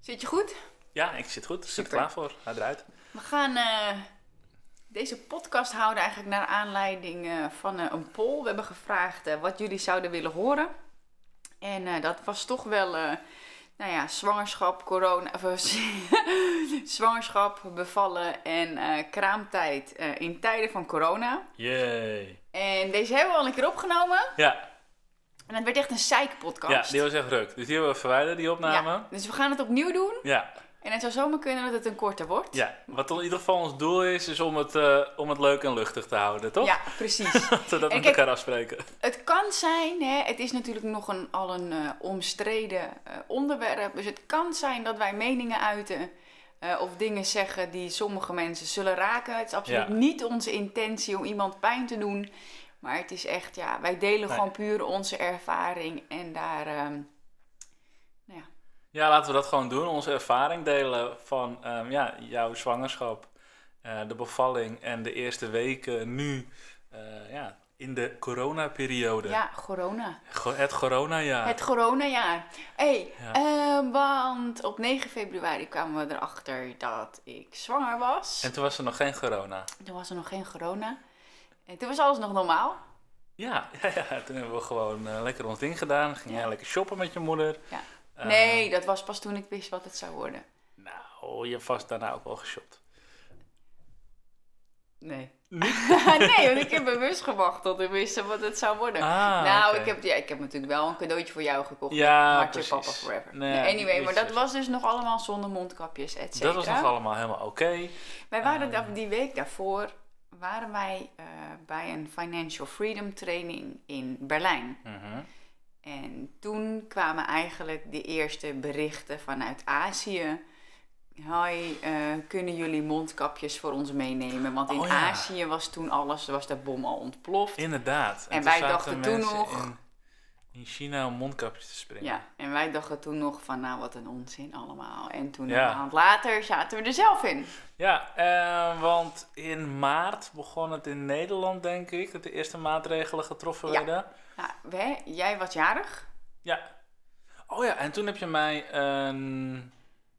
Zit je goed? Ja, ik zit goed. Ik zit er Super. klaar voor. Ga eruit. We gaan deze podcast houden eigenlijk naar aanleiding van een poll. We hebben gevraagd wat jullie zouden willen horen. En dat was toch wel, zwangerschap, corona, zwangerschap, bevallen en kraamtijd in tijden van corona. Yay. En deze hebben we al een keer opgenomen. Ja, En het werd echt een zeik-podcast. die was echt ruk. Dus die hebben we verwijderd, die opname. Ja, dus we gaan het opnieuw doen. Ja. En het zou zomaar kunnen dat het een korter wordt. Ja. Wat in ieder geval ons doel is om het leuk en luchtig te houden, toch? Ja, precies. Dat we dat En met kijk, elkaar afspreken. Het kan zijn, het is natuurlijk nog al een omstreden onderwerp. Dus het kan zijn dat wij meningen uiten of dingen zeggen die sommige mensen zullen raken. Het is absoluut niet onze intentie om iemand pijn te doen. Maar het is echt, wij delen gewoon puur onze ervaring. En daar, Ja, laten we dat gewoon doen. Onze ervaring delen van jouw zwangerschap, de bevalling en de eerste weken nu in de coronaperiode. Ja, corona. Het coronajaar. Het coronajaar. Want op 9 februari kwamen we erachter dat ik zwanger was. En toen was er nog geen corona. Toen was er nog geen corona. En toen was alles nog normaal. Ja, toen hebben we gewoon lekker ons ding gedaan. Ging jij lekker shoppen met je moeder. Ja. Nee, dat was pas toen ik wist wat het zou worden. Nou, je hebt vast daarna ook wel geshopt. Nee. Nee, want ik heb bewust gewacht tot ik wist wat het zou worden. Ik heb natuurlijk wel een cadeautje voor jou gekocht. Ja, Hartje precies. Papa Forever. Nee, anyway, maar dat was dus nog allemaal zonder mondkapjes, et cetera. Dat was nog allemaal helemaal oké. Wij waren die week daarvoor waren wij bij een Financial Freedom training in Berlijn. Mhm. En toen kwamen eigenlijk de eerste berichten vanuit Azië. Hoi, kunnen jullie mondkapjes voor ons meenemen? Want in Azië was toen was de bom al ontploft. Inderdaad. En wij dachten toen nog... In China om mondkapjes te springen. Ja, en wij dachten toen nog van, nou wat een onzin allemaal. En toen een maand later zaten we er zelf in. Ja, want in maart begon het in Nederland, denk ik, dat de eerste maatregelen getroffen werden. Nou, jij was jarig. Ja. Oh ja, en toen heb je mij een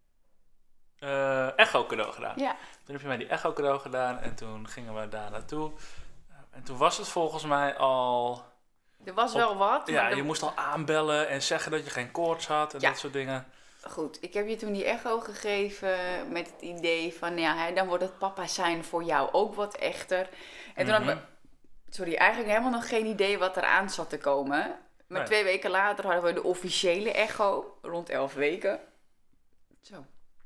echo cadeau gedaan. Ja. Toen heb je mij die echo cadeau gedaan en toen gingen we daar naartoe. En toen was het volgens mij al... Er was wel wat. Ja, je moest al aanbellen en zeggen dat je geen koorts had en dat soort dingen. Goed, ik heb je toen die echo gegeven met het idee van, dan wordt het papa zijn voor jou ook wat echter. En toen hadden we, eigenlijk helemaal nog geen idee wat eraan zat te komen. Maar 2 weken later hadden we de officiële echo, rond 11 weken. Zo.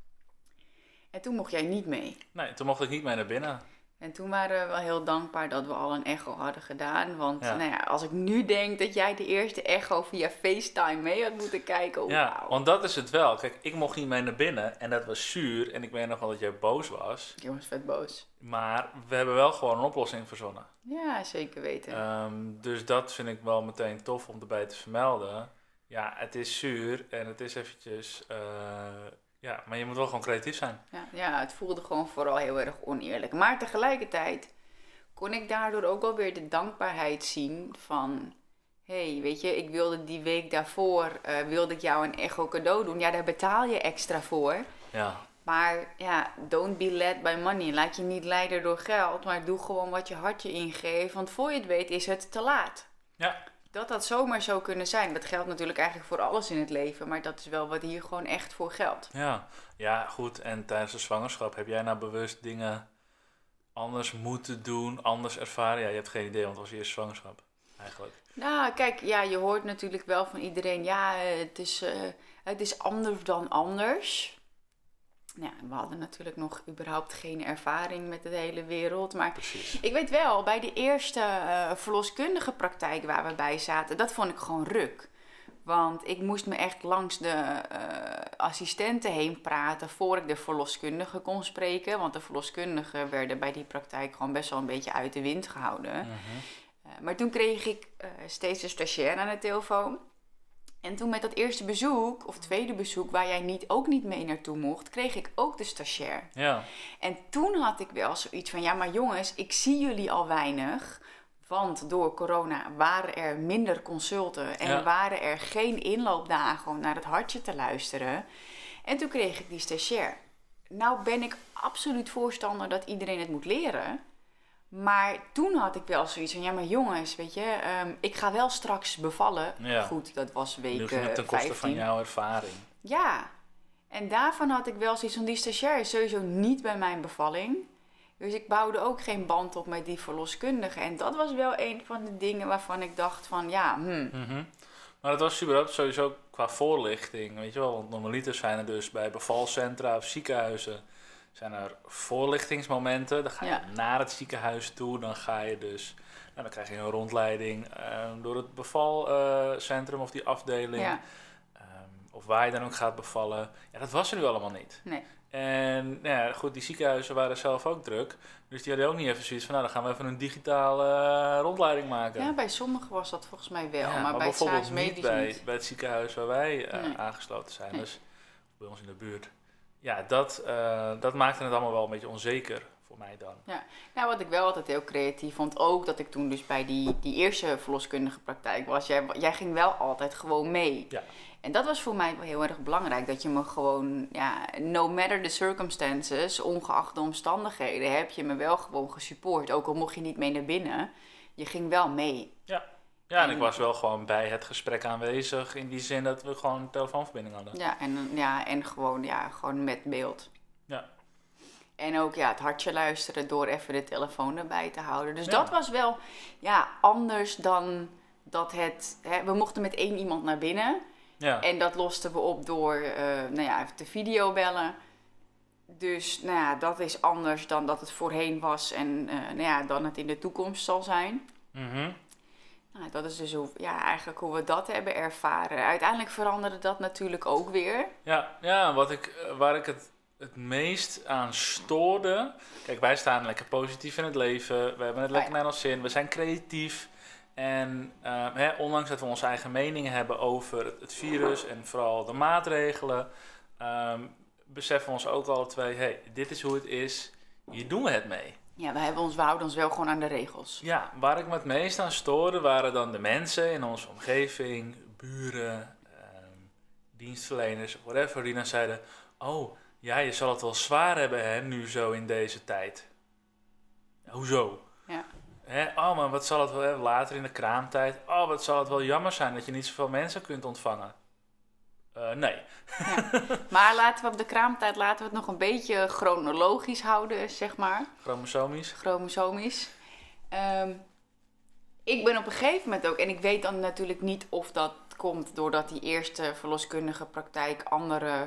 En toen mocht jij niet mee. Nee, toen mocht ik niet mee naar binnen. En toen waren we wel heel dankbaar dat we al een echo hadden gedaan. Want als ik nu denk dat jij de eerste echo via FaceTime mee had moeten kijken. Ja, want dat is het wel. Kijk, ik mocht niet mee naar binnen en dat was zuur. En ik weet nog wel dat jij boos was. Ik was vet boos. Maar we hebben wel gewoon een oplossing verzonnen. Ja, zeker weten. Dus dat vind ik wel meteen tof om erbij te vermelden. Ja, het is zuur en het is eventjes... maar je moet wel gewoon creatief zijn. Ja, het voelde gewoon vooral heel erg oneerlijk. Maar tegelijkertijd kon ik daardoor ook wel weer de dankbaarheid zien van... weet je, ik wilde die week daarvoor, wilde ik jou een echo cadeau doen. Ja, daar betaal je extra voor. Ja. Maar don't be led by money. Laat je niet leiden door geld, maar doe gewoon wat je hartje ingeeft. Want voor je het weet is het te laat. Ja. Dat had zomaar zo kunnen zijn. Dat geldt natuurlijk eigenlijk voor alles in het leven. Maar dat is wel wat hier gewoon echt voor geldt. Ja, goed. En tijdens de zwangerschap heb jij nou bewust dingen anders moeten doen, anders ervaren? Ja, je hebt geen idee, want het was je eerste zwangerschap eigenlijk. Nou, kijk, je hoort natuurlijk wel van iedereen... het is anders dan anders. Ja, we hadden natuurlijk nog überhaupt geen ervaring met de hele wereld. Maar precies. Ik weet wel, bij de eerste verloskundige praktijk waar we bij zaten... dat vond ik gewoon ruk. Want ik moest me echt langs de assistenten heen praten... voor ik de verloskundige kon spreken. Want de verloskundigen werden bij die praktijk gewoon best wel een beetje uit de wind gehouden. Maar toen kreeg ik steeds een stagiair aan de telefoon... En toen met dat eerste bezoek, of tweede bezoek, waar jij ook niet mee naartoe mocht, kreeg ik ook de stagiair. Ja. En toen had ik wel zoiets van, maar jongens, ik zie jullie al weinig. Want door corona waren er minder consulten en waren er geen inloopdagen om naar het hartje te luisteren. En toen kreeg ik die stagiair. Nou ben ik absoluut voorstander dat iedereen het moet leren. Maar toen had ik wel zoiets van, ja maar jongens, weet je, ik ga wel straks bevallen. Ja. Goed, dat was week Nu ging het ten koste 15. van jouw ervaring. Ja, en daarvan had ik wel zoiets van, die stagiair is sowieso niet bij mijn bevalling. Dus ik bouwde ook geen band op met die verloskundige. En dat was wel een van de dingen waarvan ik dacht van, ja, Mhm. Maar dat was überhaupt sowieso qua voorlichting, weet je wel. Want normaliter zijn er dus bij bevalcentra of ziekenhuizen zijn er voorlichtingsmomenten. Dan ga je naar het ziekenhuis toe, dan ga je dus, nou, dan krijg je een rondleiding door het bevalcentrum of die afdeling. ja, Of waar je dan ook gaat bevallen. Ja, dat was er nu allemaal niet. nee. En nou ja, goed, die ziekenhuizen waren zelf ook druk. Dus die hadden ook niet even zoiets van, nou dan gaan we even een digitale rondleiding maken. Ja, bij sommigen was dat volgens mij wel, Ja, maar bij het bijvoorbeeld SAAS niet Medisch niet. bij het ziekenhuis waar wij Nee. aangesloten zijn. Nee. Dus bij ons in de buurt. Ja, dat maakte het allemaal wel een beetje onzeker voor mij dan. Nou, wat ik wel altijd heel creatief vond, ook dat ik toen dus bij die eerste verloskundige praktijk was. Jij ging wel altijd gewoon mee. Ja. En dat was voor mij wel heel erg belangrijk. Dat je me gewoon, ja, no matter the circumstances, ongeacht de omstandigheden, heb je me wel gewoon gesupport. Ook al mocht je niet mee naar binnen, je ging wel mee. Ja, en ik was wel gewoon bij het gesprek aanwezig in die zin dat we gewoon een telefoonverbinding hadden. En gewoon met beeld. Ja. En ook het hartje luisteren door even de telefoon erbij te houden. Dus Ja. dat was wel anders dan dat we mochten met 1 iemand naar binnen. Ja. En dat losten we op door even te videobellen. Dus dat is anders dan dat het voorheen was en dan het in de toekomst zal zijn. Mhm. Nou, dat is dus eigenlijk hoe we dat hebben ervaren. Uiteindelijk veranderde dat natuurlijk ook weer. Ja, waar ik het meest aan stoorde. Kijk, wij staan lekker positief in het leven. We hebben het lekker naar ons zin. We zijn creatief. En ondanks dat we onze eigen meningen hebben over het virus en vooral de maatregelen, beseffen we ons ook alle twee, dit is hoe het is. Hier doen we het mee. Ja, we houden ons wel gewoon aan de regels. Ja, waar ik me het meest aan stoorde waren dan de mensen in onze omgeving, buren, dienstverleners, whatever, die dan zeiden, oh, ja, je zal het wel zwaar hebben, hè, nu zo in deze tijd. Hoezo? Ja. Maar wat zal het wel, later in de kraamtijd, wat zal het wel jammer zijn dat je niet zoveel mensen kunt ontvangen. Nee. Ja. Maar laten we op de kraamtijd het nog een beetje chronologisch houden, zeg maar. Chromosomisch. Ik ben op een gegeven moment ook, en ik weet dan natuurlijk niet of dat komt doordat die eerste verloskundige praktijk andere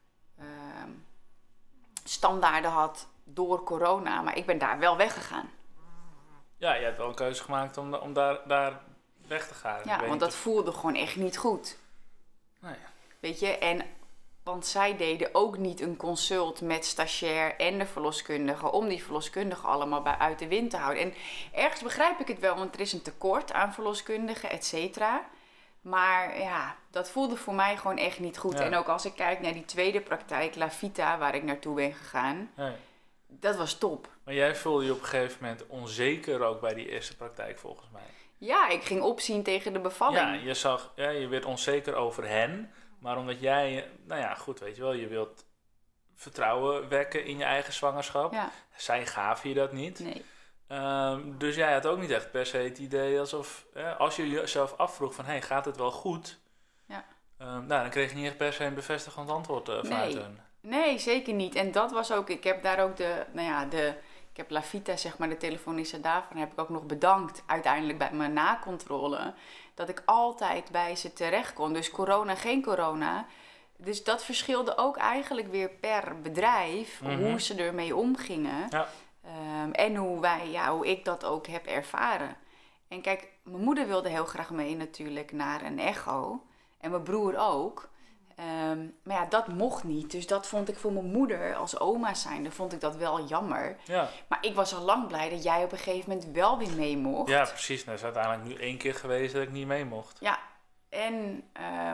standaarden had door corona, maar ik ben daar wel weggegaan. Ja, je hebt wel een keuze gemaakt om daar weg te gaan. Ja, want dat voelde gewoon echt niet goed. Nee. Weet je, want zij deden ook niet een consult met stagiair en de verloskundige om die verloskundigen allemaal uit de wind te houden. En ergens begrijp ik het wel, want er is een tekort aan verloskundigen, et cetera. Maar ja, dat voelde voor mij gewoon echt niet goed. Ja. En ook als ik kijk naar die tweede praktijk, La Vita, waar ik naartoe ben gegaan, dat was top. Maar jij voelde je op een gegeven moment onzeker ook bij die eerste praktijk volgens mij. Ja, ik ging opzien tegen de bevalling. Ja, je werd onzeker over hen. Maar omdat jij, goed, weet je wel, je wilt vertrouwen wekken in je eigen zwangerschap. Ja. Zij gaven je dat niet. Nee. Dus jij had ook niet echt per se het idee alsof, als je jezelf afvroeg van, gaat het wel goed? Ja. Dan kreeg je niet echt per se een bevestigend antwoord vanuit hen. Nee, zeker niet. En dat was ook, ik heb daar ook ik heb La Vita, zeg maar, de telefoniste daarvan, heb ik ook nog bedankt uiteindelijk bij mijn nakontrole. Dat ik altijd bij ze terecht kon. Dus corona, geen corona. Dus dat verschilde ook eigenlijk weer per bedrijf, hoe ze ermee omgingen. Ja. En hoe ik dat ook heb ervaren. En kijk, mijn moeder wilde heel graag mee natuurlijk naar een echo. En mijn broer ook. Maar ja, dat mocht niet. Dus dat vond ik voor mijn moeder als oma zijnde, vond ik dat wel jammer. Ja. Maar ik was al lang blij dat jij op een gegeven moment wel weer mee mocht. Ja, precies. Nou, is uiteindelijk nu 1 keer geweest dat ik niet mee mocht. Ja, en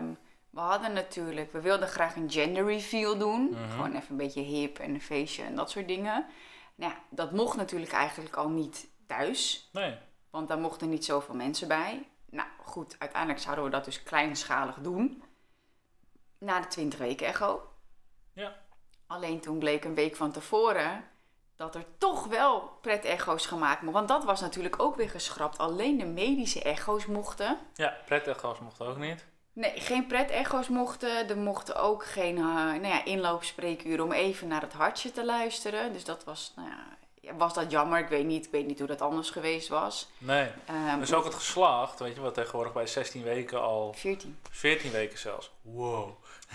we wilden graag een gender reveal doen. Gewoon even een beetje hip en een feestje en dat soort dingen. Nou ja, dat mocht natuurlijk eigenlijk al niet thuis. Nee. Want daar mochten niet zoveel mensen bij. Nou goed, uiteindelijk zouden we dat dus kleinschalig doen. Na de 20 weken echo. Ja. Alleen toen bleek een week van tevoren dat er toch wel pret-echo's gemaakt mochten. Want dat was natuurlijk ook weer geschrapt. Alleen de medische echo's mochten. Ja, pret-echo's mochten ook niet. Nee, geen pret-echo's mochten. Er mochten ook geen inloopspreekuren om even naar het hartje te luisteren. Dus dat was, was dat jammer. Ik weet niet hoe dat anders geweest was. Nee. Dus ook het geslacht, weet je wat tegenwoordig bij 16 weken al... 14 weken zelfs. Wow.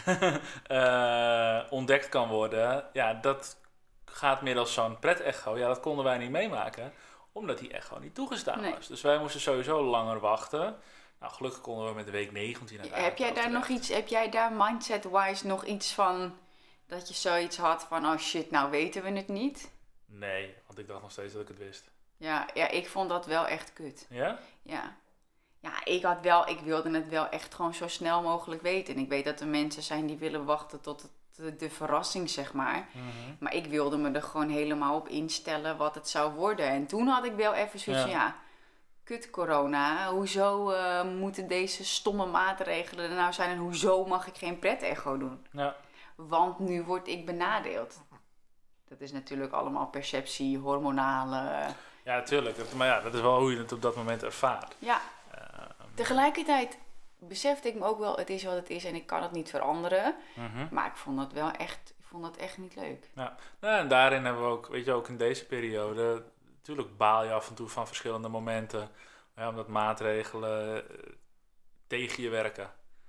Ontdekt kan worden. Ja, dat gaat middels zo'n pret-echo. Ja, dat konden wij niet meemaken. Omdat die echo niet toegestaan was. Dus wij moesten sowieso langer wachten. Nou, gelukkig konden we met de week 19 Heb jij daar mindset-wise nog iets van... Dat je zoiets had van, oh shit, nou weten we het niet? Nee, want ik dacht nog steeds dat ik het wist. Ja, ik vond dat wel echt kut. Ja? Ja. Ja, ik wilde het wel echt gewoon zo snel mogelijk weten. En ik weet dat er mensen zijn die willen wachten tot de verrassing, zeg maar. Mm-hmm. Maar ik wilde me er gewoon helemaal op instellen wat het zou worden. En toen had ik wel even zoiets van, kut corona. Hoezo moeten deze stomme maatregelen er nou zijn? En hoezo mag ik geen pret-echo doen? Ja. Want nu word ik benadeeld. Dat is natuurlijk allemaal perceptie, hormonale... Ja, natuurlijk. Maar ja, dat is wel hoe je het op dat moment ervaart. Ja. Tegelijkertijd besefte ik me ook wel, het is wat het is en ik kan het niet veranderen. Mm-hmm. Maar ik vond dat echt niet leuk. Ja. Nou, en daarin hebben we ook, weet je, ook in deze periode... Natuurlijk baal je af en toe van verschillende momenten. Omdat maatregelen tegen je werken.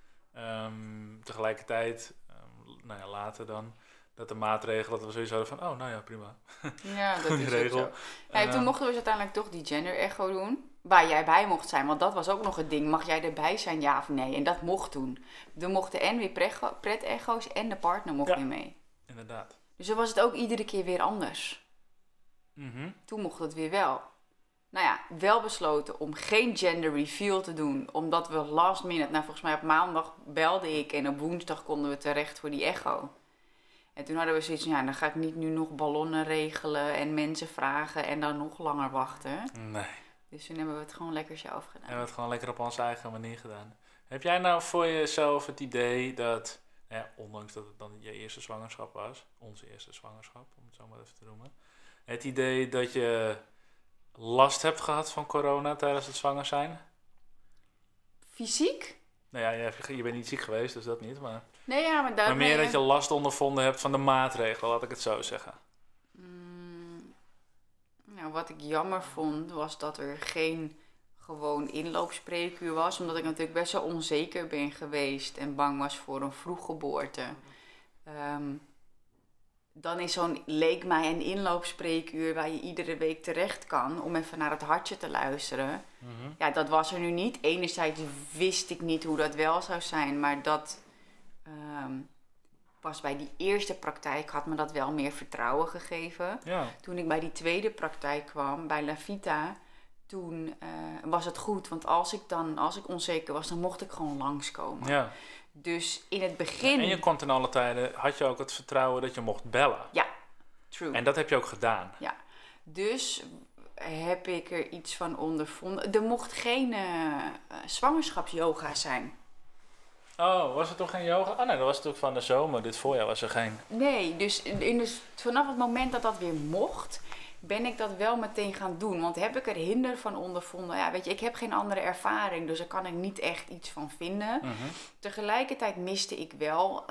Tegelijkertijd, later dan... Dat de maatregelen, dat we sowieso hadden van, oh, nou ja, prima. Ja, dat is regel. ook zo. Ja, toen mochten we dus uiteindelijk toch die gender-echo doen. Waar jij bij mocht zijn, want dat was ook nog het ding. Mag jij erbij zijn, ja of nee? En dat mocht toen. Er mochten en weer pret-echo's en de partner mocht weer mee. Inderdaad. Dus dan was het ook iedere keer weer anders. Mm-hmm. Toen mocht het weer wel. Nou ja, wel besloten om geen gender reveal te doen. Omdat we last minute, volgens mij op maandag belde ik en op woensdag konden we terecht voor die echo. En toen hadden we zoiets van, dan ga ik niet nu nog ballonnen regelen en mensen vragen en dan nog langer wachten. Nee. Dus toen hebben we het gewoon lekker zelf gedaan. Hebben we het gewoon lekker op onze eigen manier gedaan. Heb jij nou voor jezelf het idee dat, ondanks dat het dan je eerste zwangerschap was, onze eerste zwangerschap, om het zo maar even te noemen, het idee dat je last hebt gehad van corona tijdens het zwanger zijn? Fysiek? Nou ja, je bent niet ziek geweest, dus dat niet, maar... Nee, ja, maar meer dat je last ondervonden hebt van de maatregelen, laat ik het zo zeggen. Nou, wat ik jammer vond, was dat er geen gewoon inloopspreekuur was. Omdat ik natuurlijk best wel onzeker ben geweest en bang was voor een vroeggeboorte. Dan leek mij een inloopspreekuur waar je iedere week terecht kan om even naar het hartje te luisteren. Mm-hmm. Ja, dat was er nu niet. Enerzijds wist ik niet hoe dat wel zou zijn, maar dat... pas bij die eerste praktijk had me dat wel meer vertrouwen gegeven. Ja. Toen ik bij die tweede praktijk kwam, bij La Vita, toen was het goed. Want als ik onzeker was, dan mocht ik gewoon langskomen. Ja. Dus in het begin... En je kon ten alle tijden, had je ook het vertrouwen dat je mocht bellen. Ja, true. En dat heb je ook gedaan. Ja, dus heb ik er iets van ondervonden. Er mocht geen zwangerschapsyoga zijn. Oh, was er toch geen yoga? Oh nee, dat was natuurlijk van de zomer. Dit voorjaar was er geen. Nee, dus vanaf het moment dat dat weer mocht, ben ik dat wel meteen gaan doen. Want heb ik er hinder van ondervonden? Ja, weet je, ik heb geen andere ervaring, dus daar kan ik niet echt iets van vinden. Mm-hmm. Tegelijkertijd miste ik wel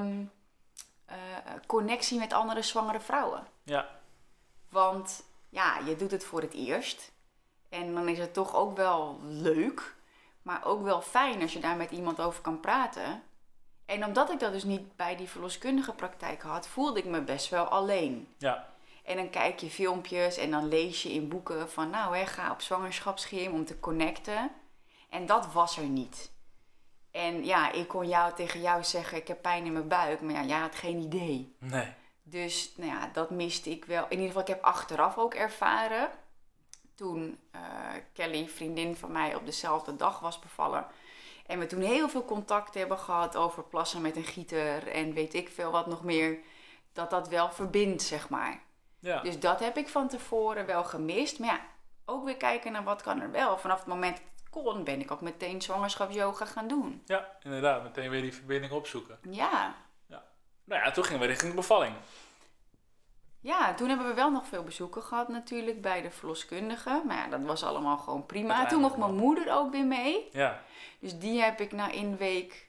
connectie met andere zwangere vrouwen. Ja. Want ja, je doet het voor het eerst. En dan is het toch ook wel leuk. Maar ook wel fijn als je daar met iemand over kan praten. En omdat ik dat dus niet bij die verloskundige praktijk had, voelde ik me best wel alleen. Ja. En dan kijk je filmpjes en dan lees je in boeken van ga op zwangerschapsgym om te connecten. En dat was er niet. En ja, ik kon tegen jou zeggen, ik heb pijn in mijn buik. Maar ja, jij had geen idee. Nee. Dus dat miste ik wel. In ieder geval, ik heb achteraf ook ervaren. Toen Kelly, vriendin van mij, op dezelfde dag was bevallen. En we toen heel veel contact hebben gehad over plassen met een gieter. En weet ik veel wat nog meer. Dat wel verbindt, zeg maar. Ja. Dus dat heb ik van tevoren wel gemist. Maar ja, ook weer kijken naar wat kan er wel. Vanaf het moment dat het kon, ben ik ook meteen zwangerschapsyoga gaan doen. Ja, inderdaad. Meteen weer die verbinding opzoeken. Ja. Nou ja, toen gingen we richting de bevalling. Ja, toen hebben we wel nog veel bezoeken gehad natuurlijk bij de verloskundige. Maar ja, dat was allemaal gewoon prima. Toen mocht mijn moeder ook weer mee. Ja. Dus die heb ik in week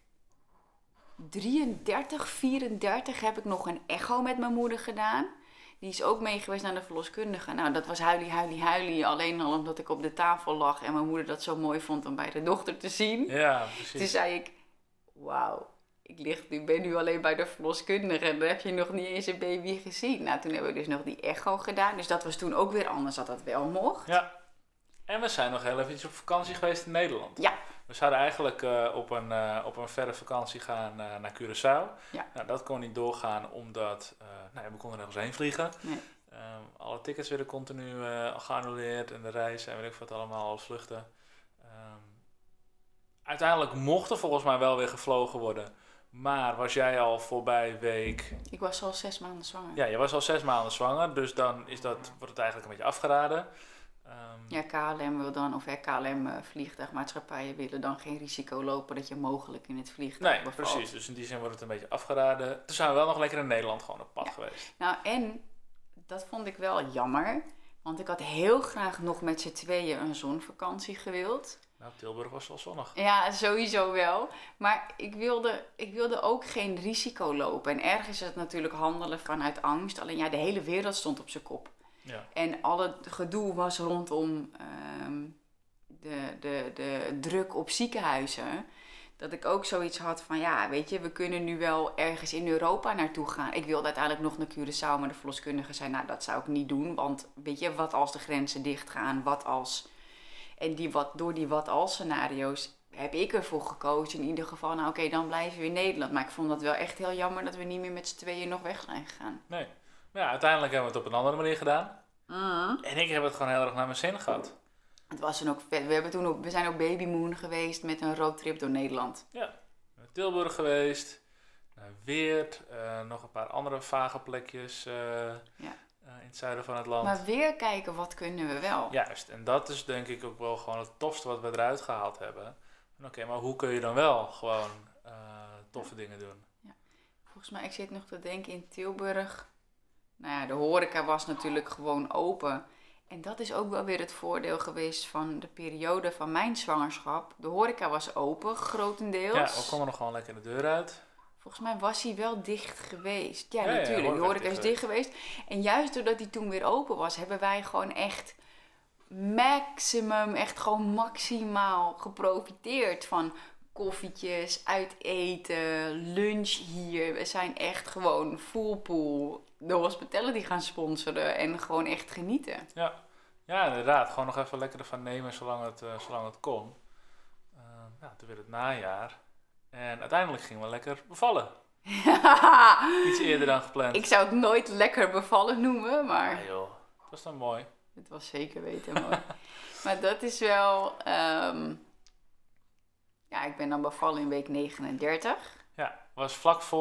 33, 34 heb ik nog een echo met mijn moeder gedaan. Die is ook mee geweest naar de verloskundige. Nou, dat was huilie. Alleen al omdat ik op de tafel lag en mijn moeder dat zo mooi vond om bij de dochter te zien. Ja, precies. Toen zei ik, wauw, ik ben nu alleen bij de verloskundige en dan heb je nog niet eens een baby gezien. Nou, toen hebben we dus nog die echo gedaan. Dus dat was toen ook weer anders dat dat wel mocht. Ja. En we zijn nog heel even op vakantie geweest in Nederland. Ja. We zouden eigenlijk op een verre vakantie gaan naar Curaçao. Ja. Nou, dat kon niet doorgaan omdat we konden nergens heen vliegen. Nee. Alle tickets werden continu geannuleerd en de reis en weet ik wat allemaal, alle vluchten. Uiteindelijk mocht er volgens mij wel weer gevlogen worden. Maar was jij al voorbij week... Ik was al 6 maanden zwanger. Ja, je was al 6 maanden zwanger, dus dan wordt het eigenlijk een beetje afgeraden. Ja, KLM wil dan, of KLM vliegtuigmaatschappijen willen dan geen risico lopen dat je mogelijk in het vliegtuig bevalt. Precies. Dus in die zin wordt het een beetje afgeraden. Toen zijn we wel nog lekker in Nederland gewoon op pad geweest. Nou, en dat vond ik wel jammer. Want ik had heel graag nog met z'n tweeën een zonvakantie gewild. Nou, Tilburg was wel zonnig. Ja, sowieso wel. Maar ik wilde ook geen risico lopen. En ergens is het natuurlijk handelen vanuit angst. Alleen ja, de hele wereld stond op zijn kop. Ja. En al het gedoe was rondom de druk op ziekenhuizen. Dat ik ook zoiets had van, ja, weet je, we kunnen nu wel ergens in Europa naartoe gaan. Ik wilde uiteindelijk nog naar Curaçao, maar de verloskundige zei, nou, dat zou ik niet doen. Want, weet je, wat als de grenzen dichtgaan, wat als... En door die wat-als scenario's heb ik ervoor gekozen in ieder geval. Nou oké, dan blijven we in Nederland. Maar ik vond dat wel echt heel jammer dat we niet meer met z'n tweeën nog weg zijn gegaan. Nee. Maar ja, uiteindelijk hebben we het op een andere manier gedaan. En ik heb het gewoon heel erg naar mijn zin gehad. Het was dan ook vet. We zijn op Baby Moon geweest met een roadtrip door Nederland. Ja, naar Tilburg geweest. Naar Weert. Nog een paar andere vage plekjes in het zuiden van het land. Maar weer kijken, wat kunnen we wel? Juist, en dat is denk ik ook wel gewoon het tofste wat we eruit gehaald hebben. Oké, maar hoe kun je dan wel gewoon toffe dingen doen? Ja. Volgens mij, ik zit nog te denken in Tilburg. Nou ja, de horeca was natuurlijk gewoon open. En dat is ook wel weer het voordeel geweest van de periode van mijn zwangerschap. De horeca was open, grotendeels. Ja, we konden nog gewoon lekker de deur uit. Volgens mij was hij wel dicht geweest. Ja, ja natuurlijk. Ja, de horeca is dicht geweest. En juist doordat hij toen weer open was, hebben wij gewoon echt echt gewoon maximaal geprofiteerd van koffietjes, uit eten, lunch hier. We zijn echt gewoon full pool de hospitality gaan sponsoren en gewoon echt genieten. Ja, inderdaad. Gewoon nog even lekker ervan nemen zolang het kon. Toen werd het najaar. En uiteindelijk gingen we lekker bevallen. Iets eerder dan gepland. Ik zou het nooit lekker bevallen noemen, maar... Ja joh, dat was dan mooi. Het was zeker weten mooi. Maar dat is wel... ik ben dan bevallen in week 39. Ja, was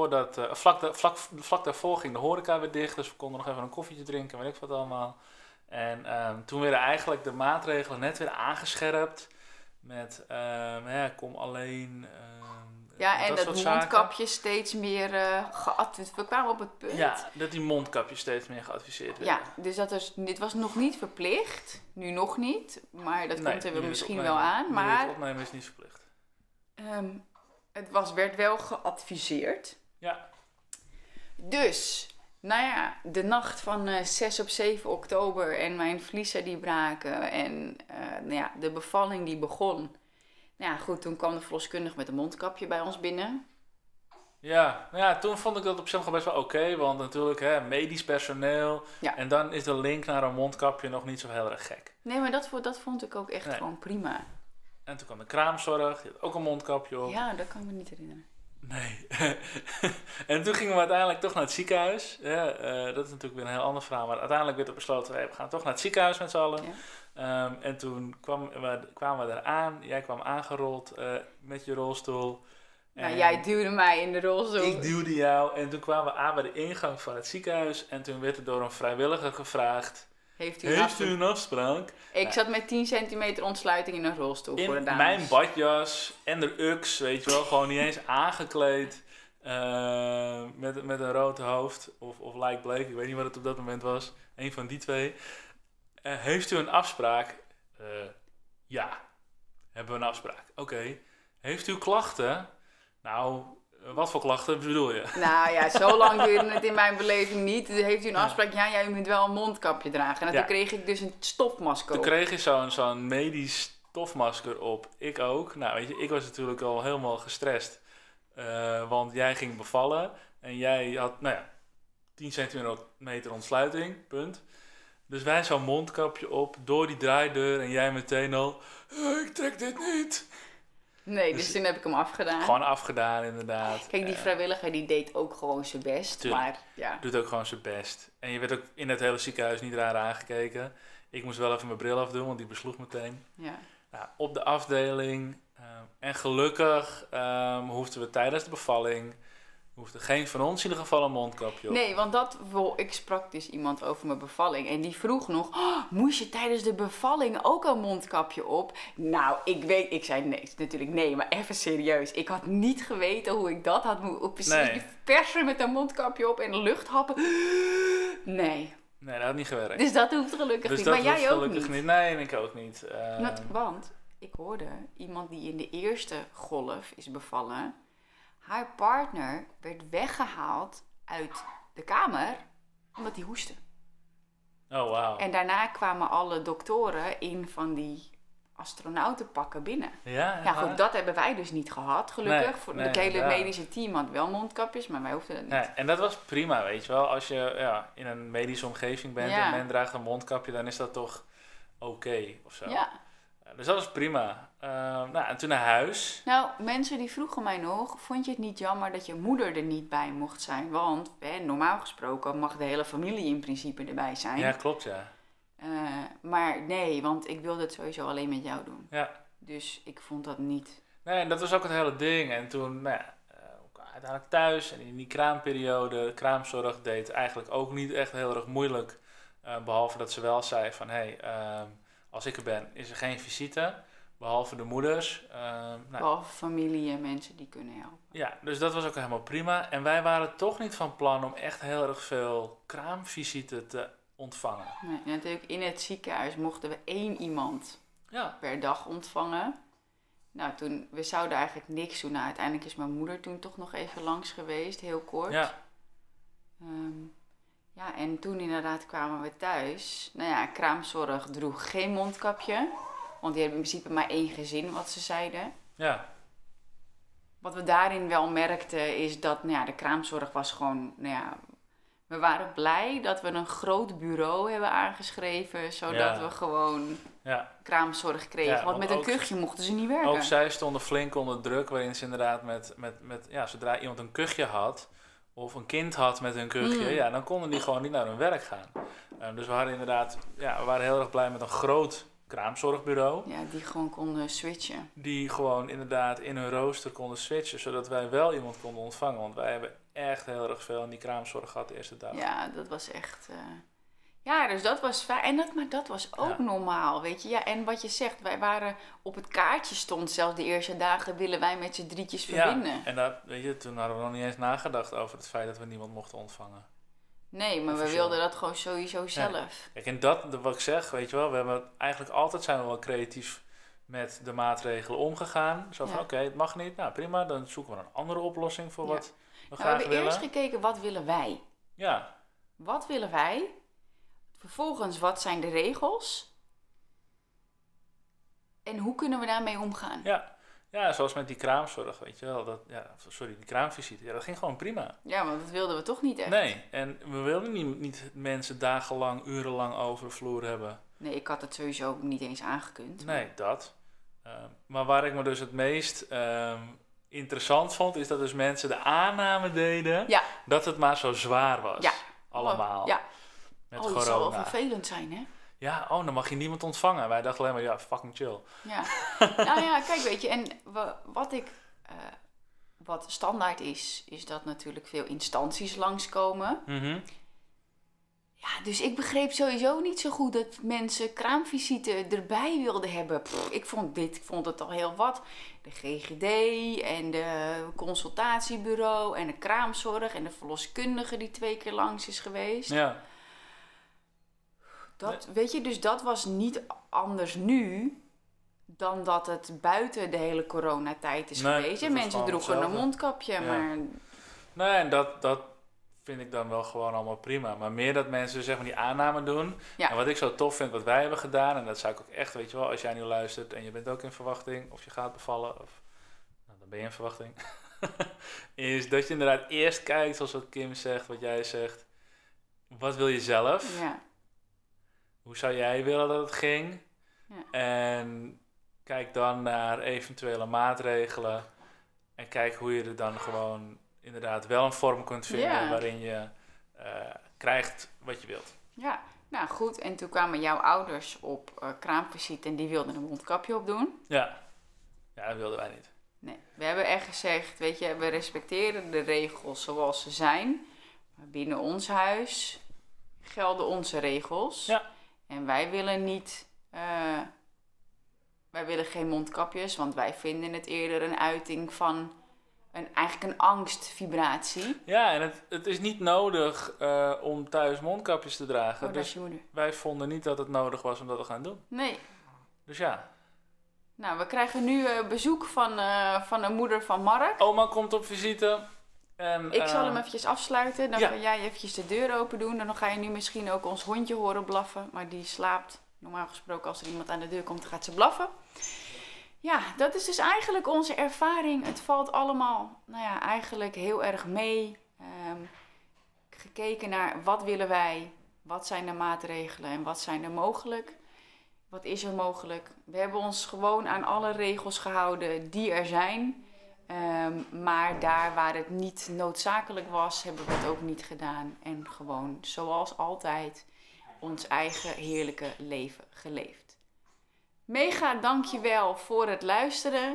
vlak daarvoor ging de horeca weer dicht. Dus we konden nog even een koffietje drinken, weet ik wat allemaal. En toen werden eigenlijk de maatregelen net weer aangescherpt. Met kom alleen... en dat mondkapje steeds meer geadviseerd. We kwamen op het punt. Ja, dat die mondkapjes steeds meer geadviseerd werden. Ja, dus dit was nog niet verplicht. Nu nog niet. Maar dat komt er misschien wel aan. Maar het opnemen is niet verplicht. Het werd wel geadviseerd. Ja. Dus, de nacht van 6 op 7 oktober en mijn vliezen die braken en de bevalling die begon. Nou ja, goed, toen kwam de verloskundige met een mondkapje bij ons binnen. Ja, toen vond ik dat op zich best wel oké, want natuurlijk medisch personeel. Ja. En dan is de link naar een mondkapje nog niet zo heel erg gek. Nee, maar dat vond ik ook echt gewoon prima. En toen kwam de kraamzorg, die had ook een mondkapje op. Ja, dat kan ik me niet herinneren. Nee. En toen gingen we uiteindelijk toch naar het ziekenhuis. Ja, dat is natuurlijk weer een heel ander verhaal. Maar uiteindelijk werd er besloten, we gaan toch naar het ziekenhuis met z'n allen. Ja. En toen kwamen we eraan. Jij kwam aangerold met je rolstoel. Nou, jij duwde mij in de rolstoel. Ik duwde jou. En toen kwamen we aan bij de ingang van het ziekenhuis. En toen werd er door een vrijwilliger gevraagd... Heeft u een afspraak? Ik zat met 10 centimeter ontsluiting in een rolstoel voor de dames. In mijn badjas en de UX, weet je wel, gewoon niet eens aangekleed. Met een rood hoofd of lijkbleek. Ik weet niet wat het op dat moment was. Eén van die twee. Heeft u een afspraak? Ja. Hebben we een afspraak? Oké. Heeft u klachten? Nou, wat voor klachten bedoel je? Nou ja, zo lang duurde het in mijn beleving niet. Heeft u een afspraak? Ja, u moet wel een mondkapje dragen. En toen kreeg ik dus een stofmasker op. Toen kreeg je zo'n medisch stofmasker op. Ik ook. Nou, weet je, ik was natuurlijk al helemaal gestrest. Want jij ging bevallen. En jij had, 10 centimeter ontsluiting. Punt. Dus wij zo'n mondkapje op, door die draaideur. En jij meteen al, ik trek dit niet. Nee, dus toen heb ik hem afgedaan. Gewoon afgedaan, inderdaad. Kijk, die vrijwilliger die deed ook gewoon zijn best. Tuurlijk, maar ja. Doet ook gewoon zijn best. En je werd ook in het hele ziekenhuis niet raar aangekeken. Ik moest wel even mijn bril afdoen, want die besloeg meteen. Ja. Nou, op de afdeling. En gelukkig hoefden we tijdens de bevalling... hoefde geen van ons in ieder geval een mondkapje op. Nee, want ik sprak dus iemand over mijn bevalling. En die vroeg nog, moest je tijdens de bevalling ook een mondkapje op? Nou, ik zei nee, natuurlijk nee, maar even serieus. Ik had niet geweten hoe ik dat had moeten... Precies persen met een mondkapje op en lucht happen. Nee. Nee, dat had niet gewerkt. Dus dat hoeft gelukkig niet. Maar jij ook niet. Nee, ik ook niet. Want ik hoorde iemand die in de eerste golf is bevallen... Haar partner werd weggehaald uit de kamer omdat hij hoestte. Oh, wauw. En daarna kwamen alle doktoren in van die astronautenpakken binnen. Ja, goed, dat hebben wij dus niet gehad, gelukkig. Het hele medische team had wel mondkapjes, maar wij hoefden dat niet. Nee, en dat was prima, weet je wel. Als je in een medische omgeving bent en men draagt een mondkapje, dan is dat toch oké of zo. Ja. Dus dat was prima. En toen naar huis. Nou, mensen die vroegen mij nog... vond je het niet jammer dat je moeder er niet bij mocht zijn? Want normaal gesproken mag de hele familie in principe erbij zijn. Ja, klopt, ja. Maar nee, want ik wilde het sowieso alleen met jou doen. Ja. Dus ik vond dat niet... Nee, en dat was ook het hele ding. En toen, uiteindelijk thuis en in die kraamperiode... kraamzorg deed eigenlijk ook niet echt heel erg moeilijk. Behalve dat ze wel zei van... als ik er ben, is er geen visite, behalve de moeders. Behalve familie en mensen die kunnen helpen. Ja, dus dat was ook helemaal prima. En wij waren toch niet van plan om echt heel erg veel kraamvisite te ontvangen. Nee, natuurlijk in het ziekenhuis mochten we 1 iemand per dag ontvangen. Nou, we zouden eigenlijk niks doen. Nou, uiteindelijk is mijn moeder toen toch nog even langs geweest, heel kort. Ja. En toen inderdaad kwamen we thuis. Kraamzorg droeg geen mondkapje. Want die hebben in principe maar 1 gezin, wat ze zeiden. Ja. Wat we daarin wel merkten is dat de kraamzorg was gewoon... we waren blij dat we een groot bureau hebben aangeschreven. Zodat we gewoon kraamzorg kregen. Want met een kuchje mochten ze niet werken. Ook zij stonden flink onder druk. Waarin ze inderdaad zodra iemand een kuchje had... of een kind had met een kuchje, dan konden die gewoon niet naar hun werk gaan. Dus we hadden inderdaad, we waren heel erg blij met een groot kraamzorgbureau. Ja, die gewoon konden switchen. Die gewoon inderdaad in hun rooster konden switchen, zodat wij wel iemand konden ontvangen. Want wij hebben echt heel erg veel in die kraamzorg gehad de eerste dag. Ja, dat was echt... dus dat was fijn. Maar dat was ook normaal, weet je. Ja, en wat je zegt, wij waren op het kaartje stond zelfs de eerste dagen willen wij met z'n drietjes verbinden. Ja, en dat, weet je, toen hadden we nog niet eens nagedacht over het feit dat we niemand mochten ontvangen. Nee, maar we wilden dat gewoon sowieso zelf. Ja. Kijk, en wat ik zeg, weet je wel, we hebben eigenlijk altijd zijn we wel creatief met de maatregelen omgegaan. Zo van, oké, het mag niet. Nou, prima, dan zoeken we een andere oplossing voor wat we graag willen. We hebben eerst gekeken, wat willen wij? Ja. Wat willen wij? Vervolgens, wat zijn de regels? En hoe kunnen we daarmee omgaan? Ja, zoals met die kraamzorg, weet je wel. Die kraamvisite. Ja, dat ging gewoon prima. Ja, want dat wilden we toch niet echt. Nee, en we wilden niet mensen dagenlang, urenlang over de vloer hebben. Nee, ik had het sowieso ook niet eens aangekund. Nee, dat. Maar waar ik me dus het meest interessant vond, is dat dus mensen de aanname deden dat het maar zo zwaar was. Ja. Allemaal. Ja. Met corona. Dat zal wel vervelend zijn, hè? Ja, dan mag je niemand ontvangen. Wij dachten alleen maar, fucking chill. Ja. Kijk, weet je, en wat standaard is dat natuurlijk veel instanties langskomen. Mm-hmm. Ja, dus ik begreep sowieso niet zo goed dat mensen kraamvisite erbij wilden hebben. Ik vond het al heel wat. De GGD en de consultatiebureau en de kraamzorg en de verloskundige die 2 keer langs is geweest. Ja. Weet je, dus dat was niet anders nu dan dat het buiten de hele coronatijd is geweest. En mensen droegen een mondkapje, ja. maar... Nee, en dat vind ik dan wel gewoon allemaal prima. Maar meer dat mensen zeg maar die aanname doen. Ja. En wat ik zo tof vind, wat wij hebben gedaan, en dat zou ik ook echt, weet je wel, als jij nu luistert en je bent ook in verwachting, of je gaat bevallen, of nou, dan ben je in verwachting, is dat je inderdaad eerst kijkt, zoals wat Kim zegt, wat jij zegt. Wat wil je zelf? Ja. Hoe zou jij willen dat het ging? Ja. En kijk dan naar eventuele maatregelen. En kijk hoe je er dan gewoon inderdaad wel een vorm kunt vinden waarin je krijgt wat je wilt. Ja, nou goed. En toen kwamen jouw ouders op kraamvisite en die wilden een mondkapje opdoen. Ja, dat wilden wij niet. Nee, we hebben echt gezegd, weet je, we respecteren de regels zoals ze zijn. Maar binnen ons huis gelden onze regels. Ja. En wij willen niet... wij willen geen mondkapjes, want wij vinden het eerder een uiting van eigenlijk een angstvibratie. Ja, en het is niet nodig om thuis mondkapjes te dragen. Oh, dat is je moeder. Wij vonden niet dat het nodig was om dat te gaan doen. Nee. Dus ja. Nou, we krijgen nu bezoek van de moeder van Mark. Oma komt op visite. En, ik zal hem eventjes afsluiten. Dan kan jij eventjes de deur open doen. En dan ga je nu misschien ook ons hondje horen blaffen. Maar die slaapt. Normaal gesproken als er iemand aan de deur komt, gaat ze blaffen. Ja, dat is dus eigenlijk onze ervaring. Het valt allemaal, eigenlijk heel erg mee. Gekeken naar wat willen wij, wat zijn de maatregelen en wat zijn er mogelijk. Wat is er mogelijk? We hebben ons gewoon aan alle regels gehouden die er zijn. Maar daar waar het niet noodzakelijk was, hebben we het ook niet gedaan. En gewoon, zoals altijd, ons eigen heerlijke leven geleefd. Mega dankjewel voor het luisteren.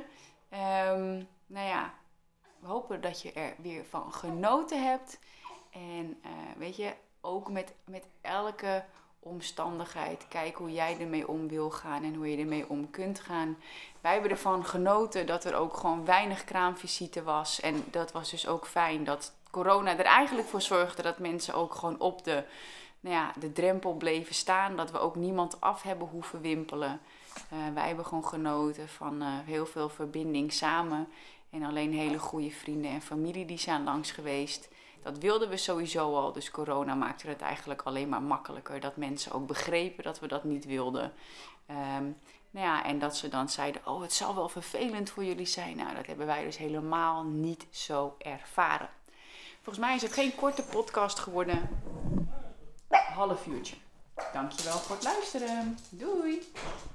We hopen dat je er weer van genoten hebt. En weet je, ook met elke omstandigheid, kijk hoe jij ermee om wil gaan en hoe je ermee om kunt gaan. Wij hebben ervan genoten dat er ook gewoon weinig kraamvisite was. En dat was dus ook fijn dat corona er eigenlijk voor zorgde dat mensen ook gewoon op de drempel bleven staan. Dat we ook niemand af hebben hoeven wimpelen. Wij hebben gewoon genoten van heel veel verbinding samen. En alleen hele goede vrienden en familie die zijn langs geweest. Dat wilden we sowieso al, dus corona maakte het eigenlijk alleen maar makkelijker. Dat mensen ook begrepen dat we dat niet wilden. En dat ze dan zeiden, het zal wel vervelend voor jullie zijn. Nou, dat hebben wij dus helemaal niet zo ervaren. Volgens mij is het geen korte podcast geworden. Half uurtje. Dankjewel voor het luisteren. Doei!